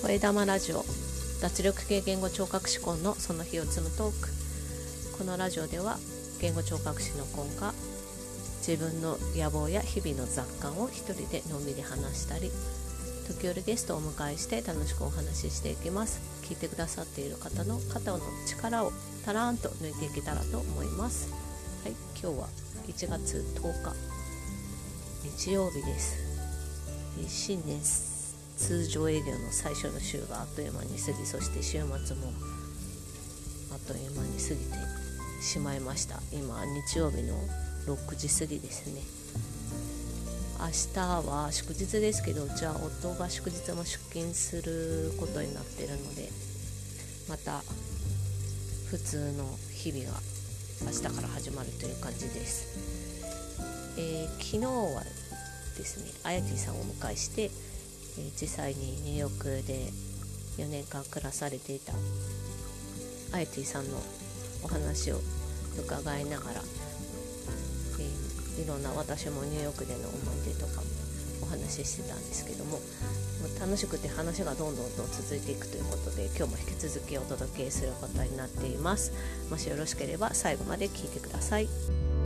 声玉ラジオ、脱力系言語聴覚士コンのその日を積むトーク。このラジオでは言語聴覚士のコンが自分の野望や日々の雑感を一人でのんびり話したり、時折ゲストをお迎えして楽しくお話ししていきます。聞いてくださっている方の肩の力をたらーんと抜いていけたらと思います。はい、今日は1月10日日曜日です。新年通常営業の最初の週があっという間に過ぎ、そして週末もあっという間に過ぎてしまいました。今日曜日の6時過ぎですね。明日は祝日ですけど、うちは夫が祝日も出勤することになっているので、また普通の日々が明日から始まるという感じです。昨日はですね、あやてぃさんをお迎えして、実際にニューヨークで4年間暮らされていたあやてぃさんのお話を伺いながら、いろんな私もニューヨークでの思い出とかもお話ししてたんですけども、楽しくて話がどんどんと続いていくということで、今日も引き続きお届けすることになっています。もしよろしければ最後まで聞いてください。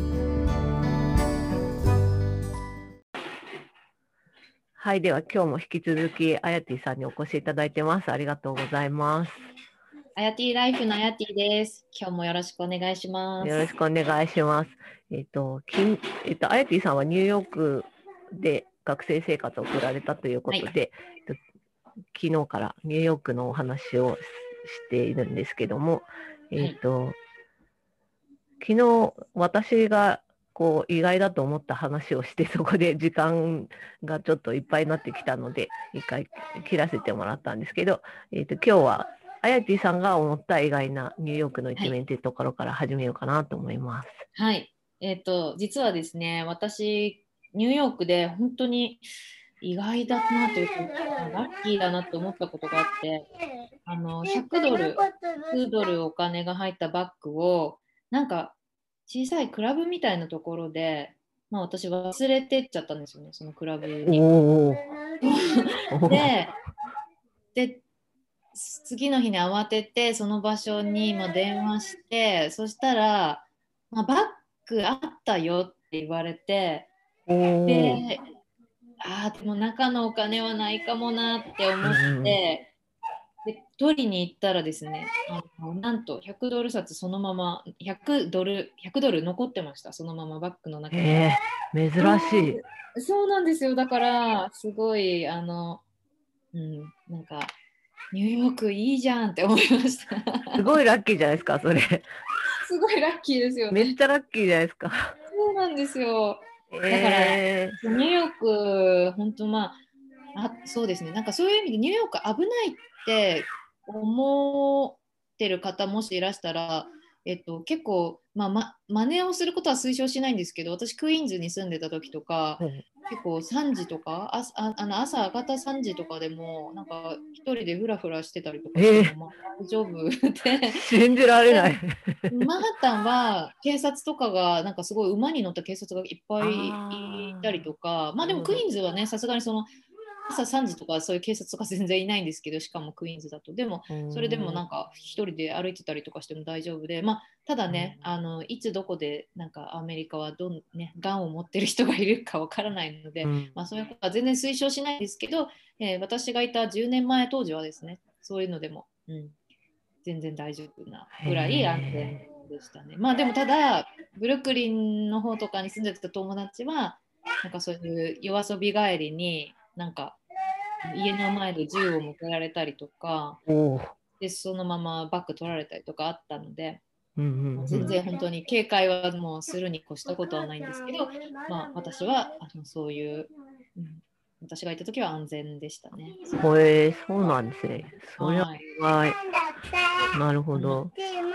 はい、では今日も引き続きあやてぃさんにお越しいただいてます。ありがとうございます。 あやてぃライフのあやてぃです。今日もよろしくお願いします。 よろしくお願いします。あやてぃさんはニューヨークで学生生活を送られたということで、昨日からニューヨークのお話をしているんですけども、昨日私が意外だと思った話をして、そこで時間がちょっといっぱいになってきたので一回切らせてもらったんですけど、今日はあやてぃさんが思った意外なニューヨークの一面というところから始めようかなと思います。 はい。実はですね、私ニューヨークで本当に意外だなというか、ラッキーだなと思ったことがあって、100ドルお金が入ったバッグをなんか小さいクラブみたいなところで、私忘れてっちゃったんですよね、そのクラブに。で、次の日に慌ててその場所に電話して、そしたら、バッグあったよって言われて、でも中のお金はないかもなって思って、で取りに行ったらですね、なんと100ドル札そのまま100ドル残ってました。そのままバッグの中に。 珍しい。 そうなんですよ。だからすごいなんかニューヨークいいじゃんって思いました。 すごいラッキーじゃないですか、それ。 すごいラッキーですよね。 めっちゃラッキーじゃないですか。 そうなんですよ。だから、ニューヨーク、本当そうですね。なんかそういう意味でニューヨーク危ないって思ってる方もしいらしたら、結構、真似をすることは推奨しないんですけど、私クイーンズに住んでた時とか、結構3時とか朝方3時とかでもなんか一人でフラフラしてたりとかしても大丈夫で信じられない。 マンハッタンは警察とかがなんかすごい馬に乗った警察がいっぱいいたりとか、でもクイーンズはね、さすがにその朝3時とかそういう警察とか全然いないんですけど、しかもクイーンズだと。でもそれでもなんか一人で歩いてたりとかしても大丈夫で、ただね、いつどこでなんかアメリカはがんを持ってる人がいるかわからないので、そういうことは全然推奨しないんですけど、私がいた10年前当時はですね、そういうのでも、全然大丈夫なぐらい安全でしたね。でもただブルックリンの方とかに住んでた友達はなんかそういう夜遊び帰りになんか家の前で銃を向けられたりとかで、そのままバッグ取られたりとかあったので、全然本当に警戒はもうするに越したことはないんですけど、私はそういう、私がいた時は安全でしたね。 そうなんですね。それは意外。なるほど。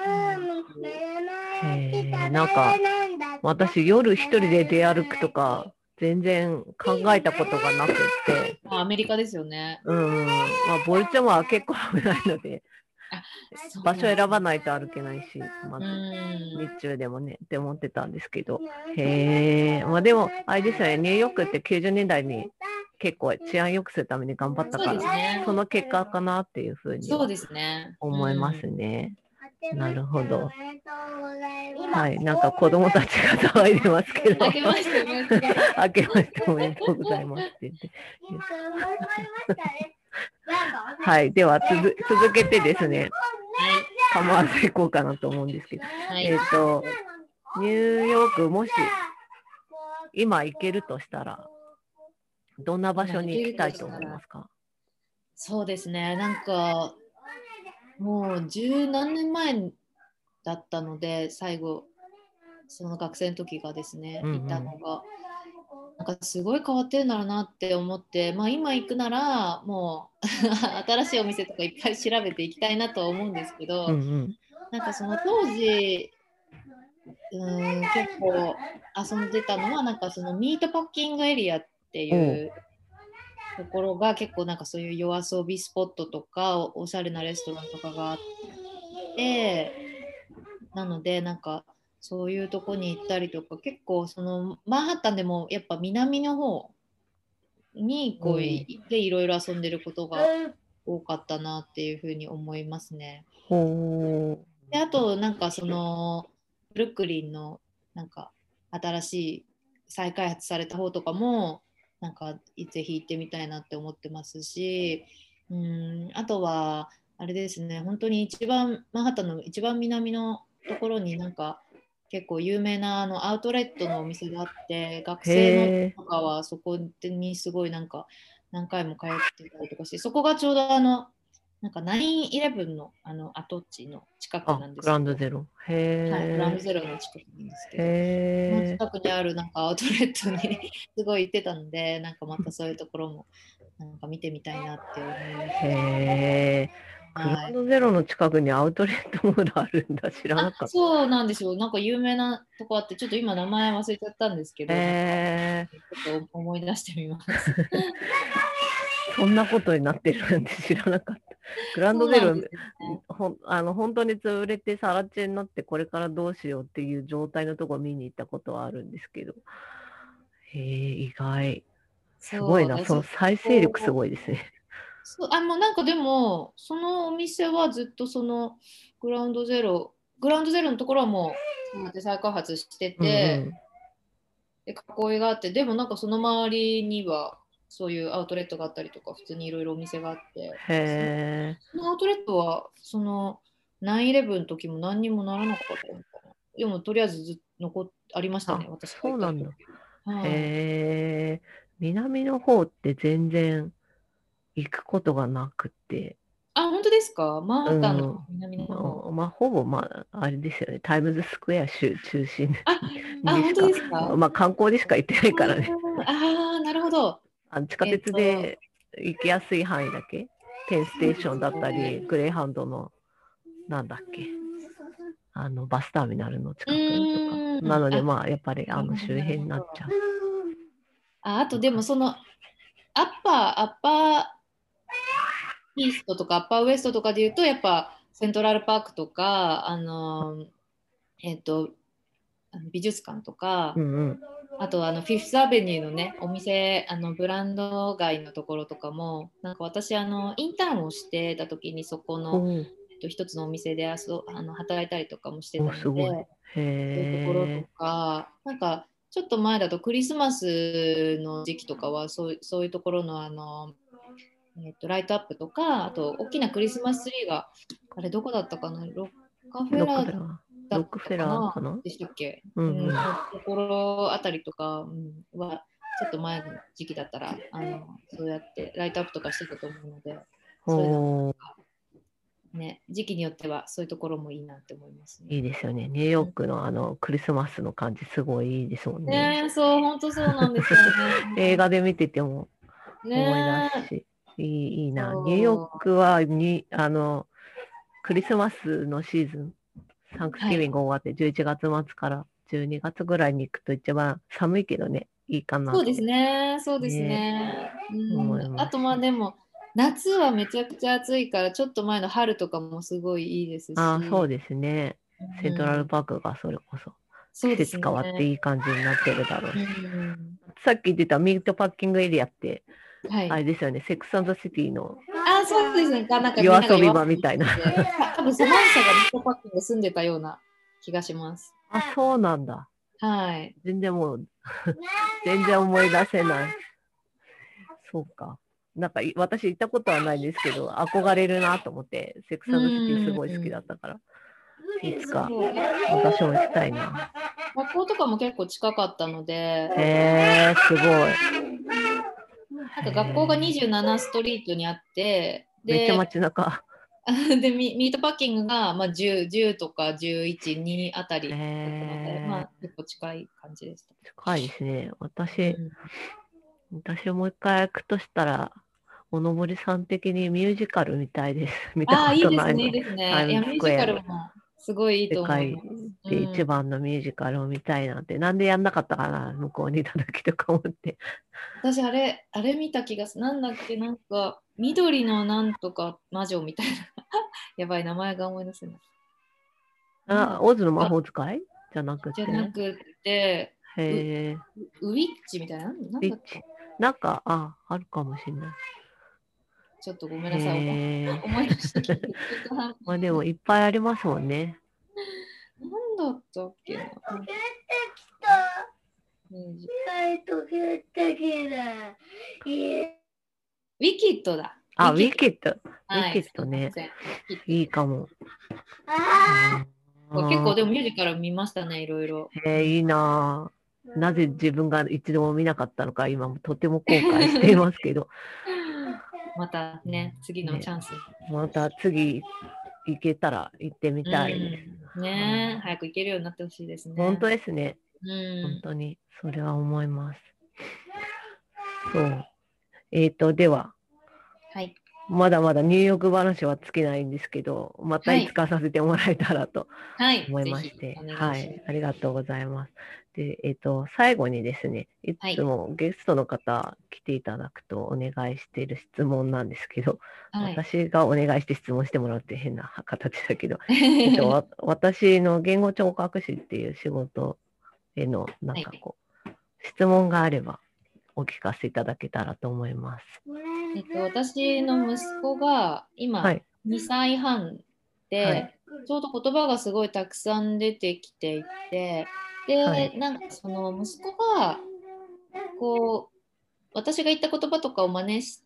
なんか私夜一人で出歩くとか全然考えたことがなくて。 アメリカですよね。 ボルチモアは結構危ないので、場所選ばないと歩けないし、まず日中でもねって思ってたんですけど、でもあれですよね、ニューヨークって90年代に結構治安良くするために頑張ったかそうですら、 ね。 その結果かなっていうふうにはそうですね。 思いますうんね。なるほど。はい、なんか子供たちが騒いでますけど。 明けましておめでとうございます。 明けましておめでとうございますって言って。はい、では続けてですね、構わず行こうかなと思うんですけど、 はい。 ニューヨークもし今行けるとしたら、どんな場所に行きたいと思いますか？ そうですね。なんか、もう十何年前だったので、最後、その学生の時がですね、 うんうん行ったのが、なんかすごい変わってるんだろうなって思って、まあ今行くなら、もう新しいお店とかいっぱい調べていきたいなとは思うんですけど、 うんうん。 なんかその当時、結構遊んでたのは、なんかそのミートパッキングエリアっていうところが結構なんかそういう夜遊びスポットとかおしゃれなレストランとかがあって、なのでなんかそういうとこに行ったりとか、結構そのマンハッタンでもやっぱ南の方にこう行っていろいろ遊んでることが多かったなっていうふうに思いますね。 ほで、あとなんかそのブルックリンのなんか新しい再開発された方とかもなんかぜひ行ってみたいなって思ってますし、あとはあれですね、本当に一番マンハッタンの一番南のところになんか結構有名なアウトレットのお店があって、学へ生のえ。 とかはそこにすごいなんか何回も通ってたりとかして、そこがちょうどなんか9-11の跡地の近くあ、グラなんですけど、 ンドゼロ。 はい、グラウンドへゼロの近くなんですけえ。 ど、そのへえ。 近くにあるなんかアウトレットにすごい行ってたので、なんかまたそういうところもなんか見てみたいなって思います。 へえ。グラはい。 ンドゼロの近くにアウトレットモールあるんだ。知らなかっそうなんですよ。なんか有名なとこあって、ちょっと今名前忘れちゃったんですけた。 ど、なんかへえ。 ちょっと思い出してみます。 そんなことになってるなんて知らなかった。グランドゼロ、 そうなんですよね。 本当に潰れてさら地になってこれからどうしようっていう状態のところ見に行ったことはあるんですけど。へえ、意外。すごいな。 そうだ、 その再生力すごいですね。 もうなんかでも、そのお店はずっとそのグラウンドゼロのところはもう、そうやって再開発してうんうて、 ん。 で、囲いがあって、でもなんかその周りには、そういうアウトレットがあったりとか、普通にいろいろお店があって、 へえ。 そのアウトレットは、その9-11の時も何にもならなかったのかな。でも、とりあえずありましたね、 あ、 私が行った時。 そうなんだ。 はい。 へえ。南の方って全然行くことがなくて。 あ、本当ですか？マンハッタンのうん。 南の方。 ほぼ、あれですよね。タイムズスクエア中心あ、本当にしか、 ですか？ 観光でしか行ってないからね。 ああー、なるほど。 地下鉄で行きやすい範囲だけ。ペンステーションだったり、グレーハウンドの、なんだっけ、バスターミナルの近くとか。なので、 あ、 やっぱり、 なるほど、 周辺なるほど。 になっちゃう。 あとでもそのアッパーイーストとかアッパーウエストとかで言うと、やっぱセントラルパークとか、えっと、美術館とか、 うんうん。 あとフィフスアベニューのね、お店、ブランド街のところとかも、なんか私、インターンをしてた時にそこの、 お一つのお店で働いたりとかもしてお、 たので、 すごい。 そういうところとへえ。 か、なんかちょっと前だとクリスマスの時期とかはそういうところのライトアップとか、あと大きなクリスマスツリーが、あれどこだったかな、ロッカフェロックラーフェラー。 だっロックフェたかなラーかな。 でしたっけ、 うんうん。 ところあたりとか、は、ちょっと前の時期だったら、そうやってライトアップとかしてたと思うので、そういうのおー、 ね、時期によってはそういうところもいいなって思いますね。 いいですよね。ニューヨークのクリスマスの感じ、すごいいいですもんね。 ねえ、そう、本当そうなんですよ映ね。 画で見てても思い出ねえ、 すし、いいな。ニューヨーそう。 クはクリスマスのシーズン、サンクスはい。 ギビング終わって11月末から12月ぐらいに行くと一番寒いけどね、いいかなそうですってね、そうですね、 ね。あと思いますし。 まあでも、夏はめちゃくちゃ暑いから、ちょっと前の春とかもすごいいいですああ、そうし、 ですね。セントラルうん、 パークがそれこそ季そうですね。 節変わっていい感じになってるだろううし。 ん、 さっき言ってたミートパッキングエリアってはいあれですよね、セックス&ザシティのあ、そうですね。なんか夜遊び場みたいな。 多分サマンサがミートパッキンで住んでたような気がします。 あ、そうなんだ。 はい。 全然もう、全然思い出せない。そうか。なんか私行ったことはないんですけど、憧れるなと思って、セックス&ザシティすごい好きだったから、いつか私も行きたいな。 学校とかも結構近かったので、 へー、すごい。 なんか学校が27ストリートにあって、 めっちゃで、 街中。 でミートパッキングが、まあ、10とか11、2あたりだったので、まあ、結構近い感じでした。 近いですね。私うん、 もう一回行くとしたら、おのぼりさん的にミュージカルみたいです。見たああ、 こいいですね、いとないので、 いですね。いや、 タイムズミュージカルスクエアのもすごいいい世と思い界ます。うで一ん、 番のミュージカルを見たいなんて、なんでやんなかったかな、向こうにいた時とか思って。 私、あれ見た気がする。なんだっけ、なんか、緑のなんとか魔女みたいな。やばい、名前が思い出せない。なんだあ、オズの魔法使いじゃなくて。 じゃなくて、 へえ。 ウィッチみたいな、なんだっけ。 なんか、あるかもしれない。 ちょっとごめんなさい。 へえ。 思い出したけど、 まあでもいっぱいありますもんね。 なんだったっけな。ウィキッドだ。 あ、ウィキッド。ウィキはい、 ッドね。 すいませんいいかも。 結構でもミュージカル見ましたね、いろいろ。 いいなぁ。なぜ自分が一度も見なかったのか、今もとても後悔していますけど。 またね、次のチャンス。 また次行けたら行ってみたいです。 ね、早く行けるようになってほしいですね。 本当ですね。本うん。 当に、それは思います。そう。では、 はい。 まだまだニューヨーク話は尽きないんですけど、またいつかさせてもらえたらとはい。 思いぜひまして、 お願いします。 はい、ありがとうございます。で、最後にですね、いつもゲストの方来ていただくとお願いしている質問なんですけど、 はい。 私がお願いして質問してもらうって変な形だけど、私の言語聴覚士っていう仕事へのなんかこう、質問があればお聞かせいただけたらと思います。 私の息子が今2歳半で、ちょうど言葉がすごいたくさん出てきていて、で、なんかその息子がこう私が言った言葉とかを真似して、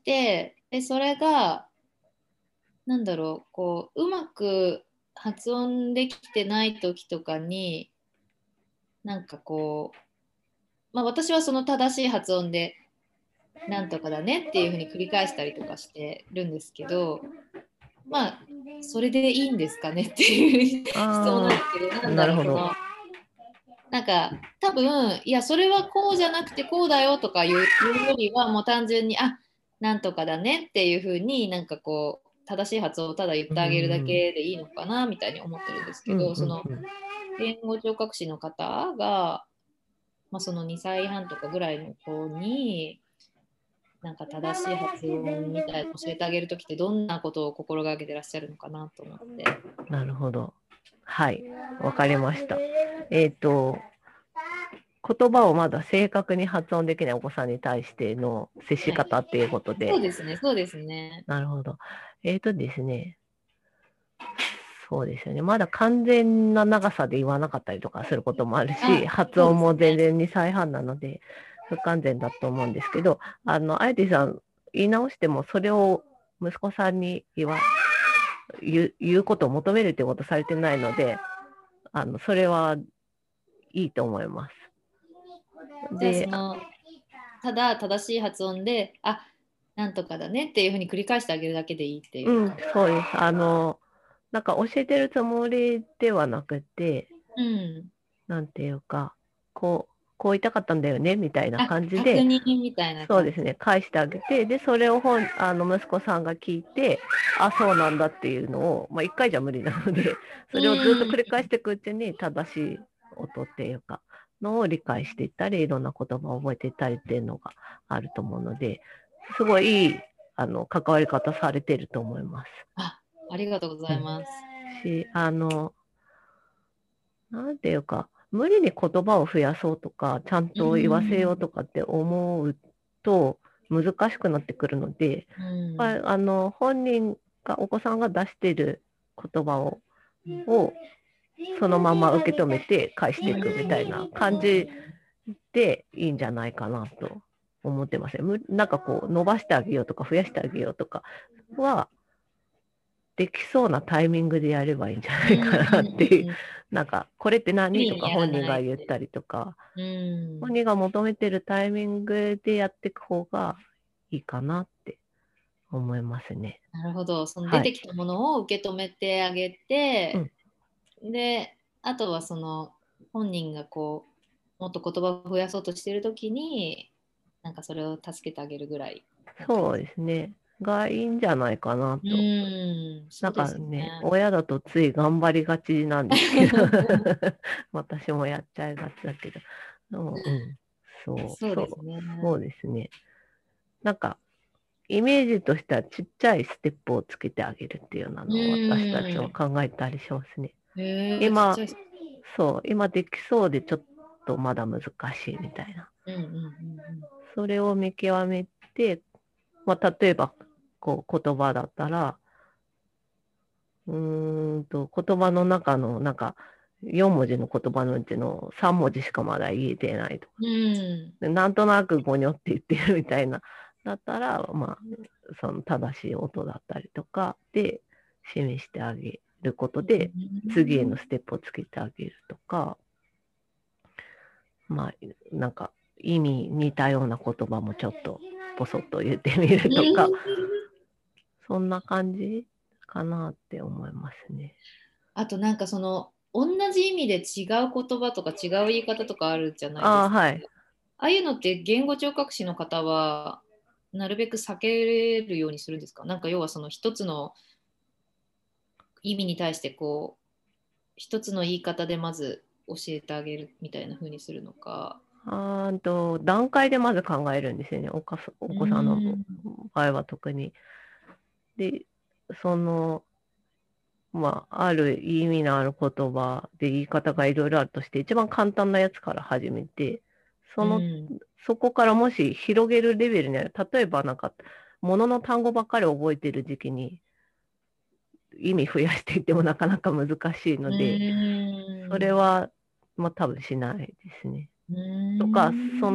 でそれがなんだろう、こううまく発音できてない時とかになんかこう、まあ、私はその正しい発音でなんとかだねっていうふうに繰り返したりとかしてるんですけど、まあ、それでいいんですかねっていう質問なんですけど、なんだろう、その、なんか、多分、いや、それはこうじゃなくてこうだよとかいうよりは、もう単純に、あ、なんとかだねっていうふうになんかこう、正しい発音をただ言ってあげるだけでいいのかなみたいに思ってるんですけど、その、言語聴覚士の方が、まあ、その2歳半とかぐらいの子に、なんか正しい発音みたいな教えてあげるときってどんなことを心がけてらっしゃるのかなと思って。 なるほど。はい、わかりました。言葉をまだ正確に発音できないお子さんに対しての接し方っていうことで。 そうですね、そうですね。 なるほど。ですね。そうですよね。まだ完全な長さで言わなかったりとかすることもあるし、発音も全然2歳半なので、不完全だと思うんですけど、あえてさん、言い直しても、それを息子さんに言うことを求めるってことされてないので、それはいいと思います。 で、ただ正しい発音で、あ、なんとかだねっていうふうに繰り返してあげるだけでいいっていう。 そうです。なんか教えてるつもりではなくて、なんていうか、こう言いたかったんだよねみたいな感じで、 確認みたいなそうですね、返してあげて、で、それを息子さんが聞いて、あ、そうなんだっていうのを、まあ、1回じゃ無理なので、それをずっと繰り返していくうちに、正しい音っていうか、のを理解していったり、いろんな言葉を覚えていったりっていうのがあると思うので、すごいいい関わり方されていると思います。 ありがとうございます。 なんていうか、無理に言葉を増やそうとか、ちゃんと言わせようとかって思うと、 難しくなってくるので、本人が、お子さんが出している言葉をそのまま受け止めて返していくみたいな感じでいいんじゃないかなと思ってますね。なんかこう伸ばしてあげようとか増やしてあげようとかはできそうなタイミングでやればいいんじゃないかなっていう、なんかこれって何とか本人が言ったりとか、本人が求めてるタイミングでやっていく方がいいかなって思いますね。 なるほど。その出てきたものを受け止めてあげて、で、あとはその本人がこうもっと言葉を増やそうとしているときに、なんかそれを助けてあげるぐらい。 そうですね。がいいんじゃないかなと。なんかね、親だとつい頑張りがちなんですけど、私もやっちゃいがちだけど、そうですね。なんか、イメージとしてはちっちゃいステップをつけてあげるっていうようなのを私たちは考えたりしますね。今できそうでちょっとまだ難しいみたいな。それを見極めて、例えばこう言葉だったら、言葉の中のなんか4文字の言葉のうちの3文字しかまだ言えてないとか、なんとなくゴニョって言ってるみたいなだったら、その正しい音だったりとかで示してあげることで次へのステップをつけてあげるとか、なんか意味似たような言葉もちょっとポソッと言ってみるとか、そんな感じかなって思いますね。 あとなんかその同じ意味で違う言葉とか違う言い方とかあるじゃないですか。ああいうのって言語聴覚士の方はなるべく避けるようにするんですか？なんか要はその一つの意味に対してこう一つの言い方でまず教えてあげるみたいな風にするのか。 段階でまず考えるんですよね、お子さんの場合は特に。で、ある意味のある言葉で言い方がいろいろあるとして、一番簡単なやつから始めて、そこからもし広げるレベルにある、例えばなんか、ものの単語ばっかり覚えてる時期に、意味増やしていってもなかなか難しいので、それは、多分しないですね。とか、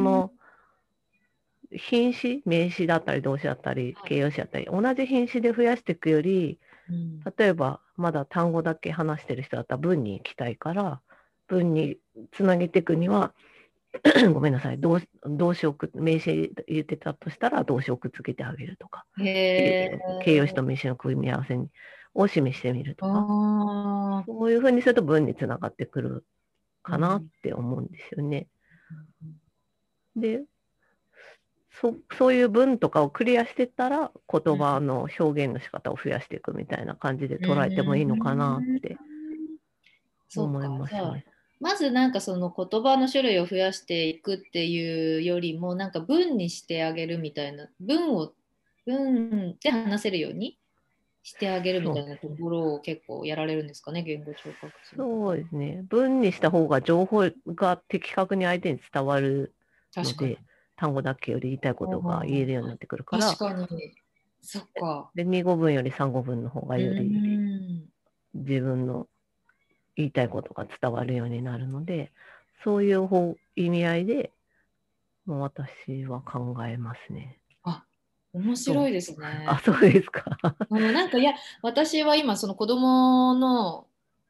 品詞、名詞だったり動詞だったり形容詞だったり、同じ品詞で増やしていくより、例えばまだ単語だけ話してる人だったら文に行きたいから、文につなげていくにはごめんなさい、動詞を名詞言ってたとしたら動詞をくっつけてあげるとか、形容詞と名詞の組み合わせを示してみるとか、そういうふうにすると文につながってくるかなって思うんですよね。で、そういう文とかをクリアしていったら、言葉の表現の仕方を増やしていくみたいな感じで捉えてもいいのかなって思いますね。 まずなんかその言葉の種類を増やしていくっていうよりも、なんか文にしてあげるみたいな、文で話せるようにしてあげるみたいなところを結構やられるんですかね、言語聴覚士。 そうですね。文にした方が情報が的確に相手に伝わるので、単語だけより言いたいことが言えるようになってくるから。 確かに。そっか。 で、2語文より3語文の方がより自分の言いたいことが伝わるようになるので、そういう意味合いで、もう私は考えますね。 面白いですね。 そうですか。 なんか私は今その子供の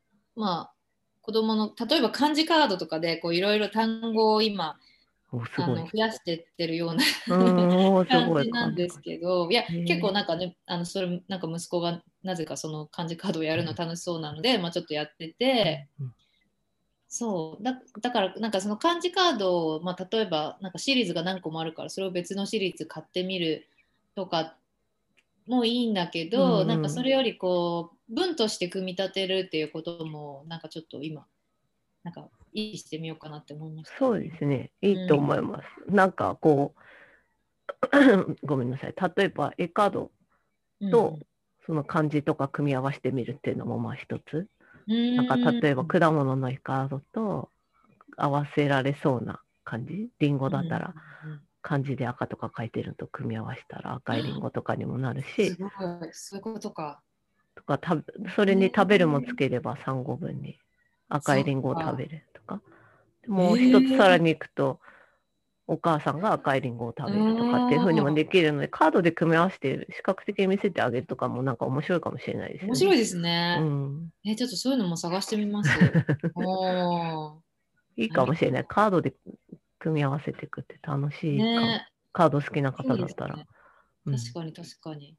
例えば漢字カードとかでいろいろ単語を今増やしていってるような感じなんですけど、結構なんかね、それなんか息子がなぜかその漢字カードをやるの楽しそうなので、ちょっとやってて、そうだからなんかその漢字カードを、例えばなんかシリーズが何個もあるからそれを別のシリーズ買ってみるとかもいいんだけど、なんかそれより文として組み立てるっていうこともなんかちょっと今なんか意識してみようかなって思いました。 そうですね、いいと思います。なんかごめんなさい、例えば絵カードとその漢字とか組み合わせてみるっていうのも一つ。なんか例えば果物の絵カードと合わせられそうな感じ、リンゴだったら漢字で赤とか書いてるのと組み合わせたら赤いリンゴとかにもなるし、 すごい、そういうことか。 とかそれに食べるもつければ3語分に赤いリンゴを食べるとか、もう一つさらにいくと、お母さんが赤いリンゴを食べるとかっていうふうにもできるので、カードで組み合わせて視覚的に見せてあげるとかもなんか面白いかもしれないですよね。 面白いですね。 うん、 ちょっとそういうのも探してみます。おいいかもしれない。カードで組み合わせていくって楽しいかも。 ね、 カード好きな方だったら。 ね、確かに確かに。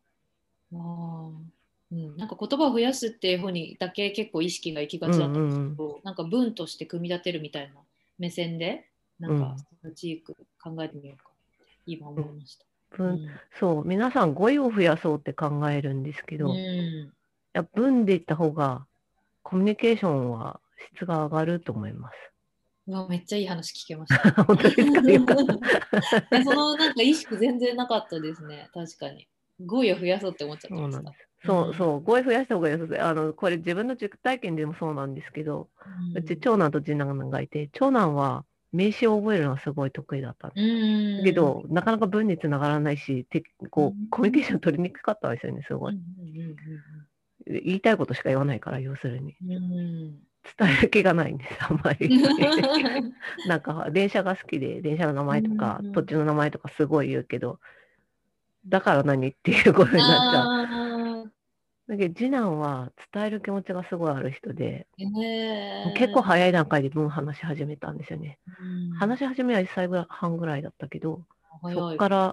なんか言葉を増やすっていう方にだけ結構意識がいきがちだったんですけど、なんか文として組み立てるみたいな目線でなんかチーク考えてみようか今思いました。 そう、皆さん語彙を増やそうって考えるんですけど、文で言った方がコミュニケーションは質が上がると思います。 めっちゃいい話聞けました。 本当ですか？よかった。 そのなんか意識全然なかったですね。確かに。語彙を増やそうって思っちゃってました。 そう、語彙増やした方がいいです。これ自分の実体験でもそうなんですけど、うち長男と次男がいて、長男は名詞を覚えるのはすごい得意だったんです。だけど、なかなか文につながらないし、コミュニケーション取りにくかったんですよね、すごい。言いたいことしか言わないから、要するに。伝える気がないんです、あんまり。なんか、電車が好きで、電車の名前とか、土地の名前とかすごい言うけど、だから何っていうことになっちゃう。だけど次男は伝える気持ちがすごいある人で、結構早い段階で文話し始めたんですよね。話し始めは1歳半ぐらいだったけど、そこから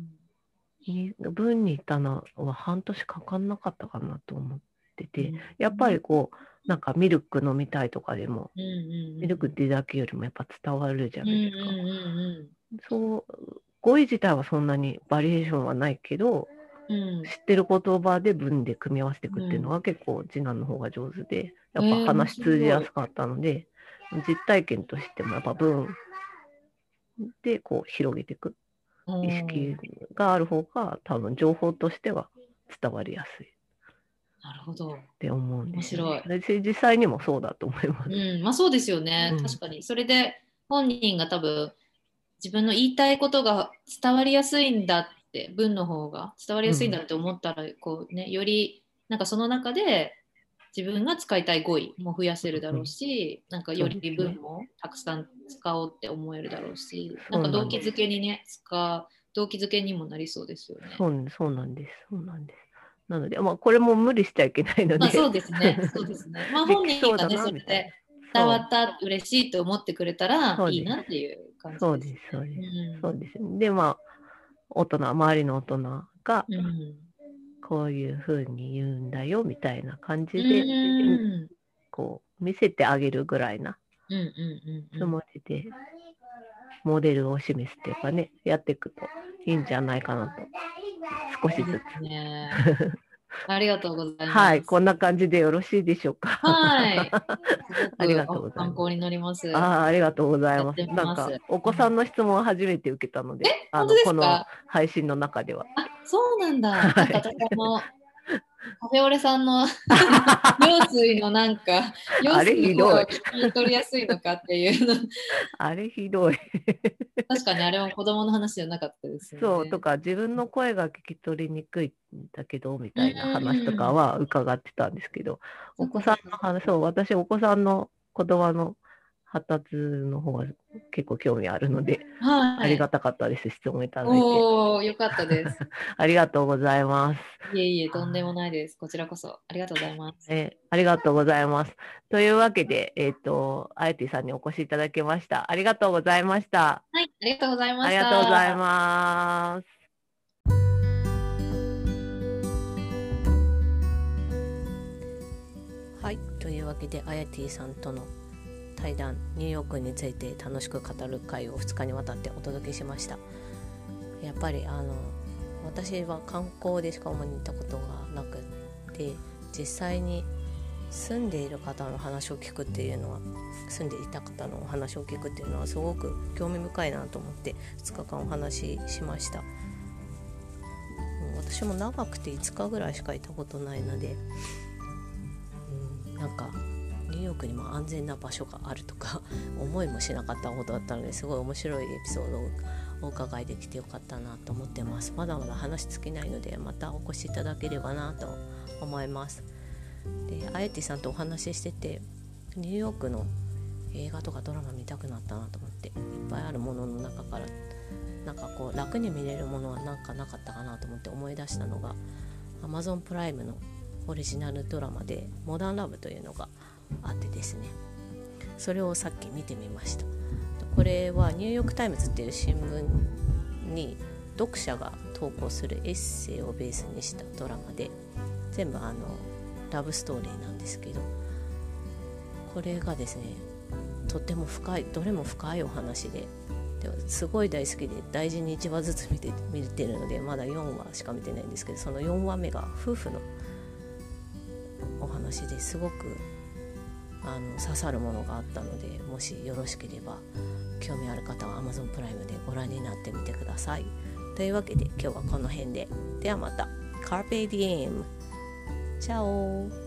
文に行ったのは半年かかんなかったかなと思ってて、やっぱりなんかミルク飲みたいとかでも、ミルクってだけよりもやっぱ伝わるじゃないですか。そう、語彙自体はそんなにバリエーションはないけど、知ってる言葉で文で組み合わせていくっていうのは結構次男の方が上手で、やっぱ話通じやすかったので、実体験としてもやっぱ文で広げていく意識がある方が多分情報としては伝わりやすい。 なるほど。 って思うんですよ、 面白い。 実際にもそうだと思います。 まあそうですよね。確かに。それで本人が多分自分の言いたいことが伝わりやすいんだって文の方が伝わりやすいんだって思ったら、よりなんかその中で自分が使いたい語彙も増やせるだろうし、なんかより文もたくさん使おうって思えるだろうし、なんか動機づけにね動機づけにもなりそうですよね。 そうなんです。なので、これも無理しちゃいけないので。 そうですね。本人がね、それで伝わった、嬉しいと思ってくれたらいいなっていう感じです。 そうです。で、周りの大人が、こういうふうに言うんだよみたいな感じで、見せてあげるぐらいなつもりで、モデルを示すっていうかね、やっていくといいんじゃないかなと。少しずつ。 ありがとうございます。 はい、こんな感じでよろしいでしょうか。 はい。 ありがとうございます。 参考になります。 ありがとうございます。なんかお子さんの質問を初めて受けたので、この配信の中では。 そうなんだ。なんか私カフェオレさんの用水のなんか用水の声を聞き取りやすいのかっていうの。 あれひどい。 確かにあれは子供の話じゃなかったですよね。 そうとか自分の声が聞き取りにくいんだけどみたいな話とかは伺ってたんですけど、お子さんの話、私お子さんの言葉の発達の方は結構興味あるので、ありがたかったです。質問いただいて。 よかったです。 ありがとうございます。 いえ、とんでもないです。こちらこそありがとうございます。 ありがとうございます。というわけで、あやてぃさんにお越しいただきました。ありがとうございました。 はい、ありがとうございました。 ありがとうございます。 はい、というわけであやてぃさんとの対談、ニューヨークについて楽しく語る会を2日にわたってお届けしました。やっぱり私は観光でしか主に行ったことがなくて、実際に住んでいる方の話を聞くっていうのは、住んでいた方のお話を聞くっていうのはすごく興味深いなと思って2日間お話ししました。私も長くて5日ぐらいしかいたことないので、なんかニューヨークにも安全な場所があるとか思いもしなかったことだったので、すごい面白いエピソードをお伺いできてよかったなと思ってます。まだまだ話尽きないのでまたお越しいただければなと思います。であえてさんとお話ししててニューヨークの映画とかドラマ見たくなったなと思って、いっぱいあるものの中からなんかこう楽に見れるものはなんかなかったかなと思って思い出したのが Amazon プライムのオリジナルドラマでモダンラブというのがあってですね、それをさっき見てみました。これはニューヨークタイムズっていう新聞に読者が投稿するエッセイをベースにしたドラマで、全部ラブストーリーなんですけど、これがですねとっても深い、どれも深いお話ですごい大好きで大事に1話ずつ見てるので、まだ4話しか見てないんですけど、その4話目が夫婦のお話ですごく刺さるものがあったので、もしよろしければ興味ある方は Amazon プライムでご覧になってみてください。というわけで今日はこの辺で、ではまた。Carpe Diem。チャオ。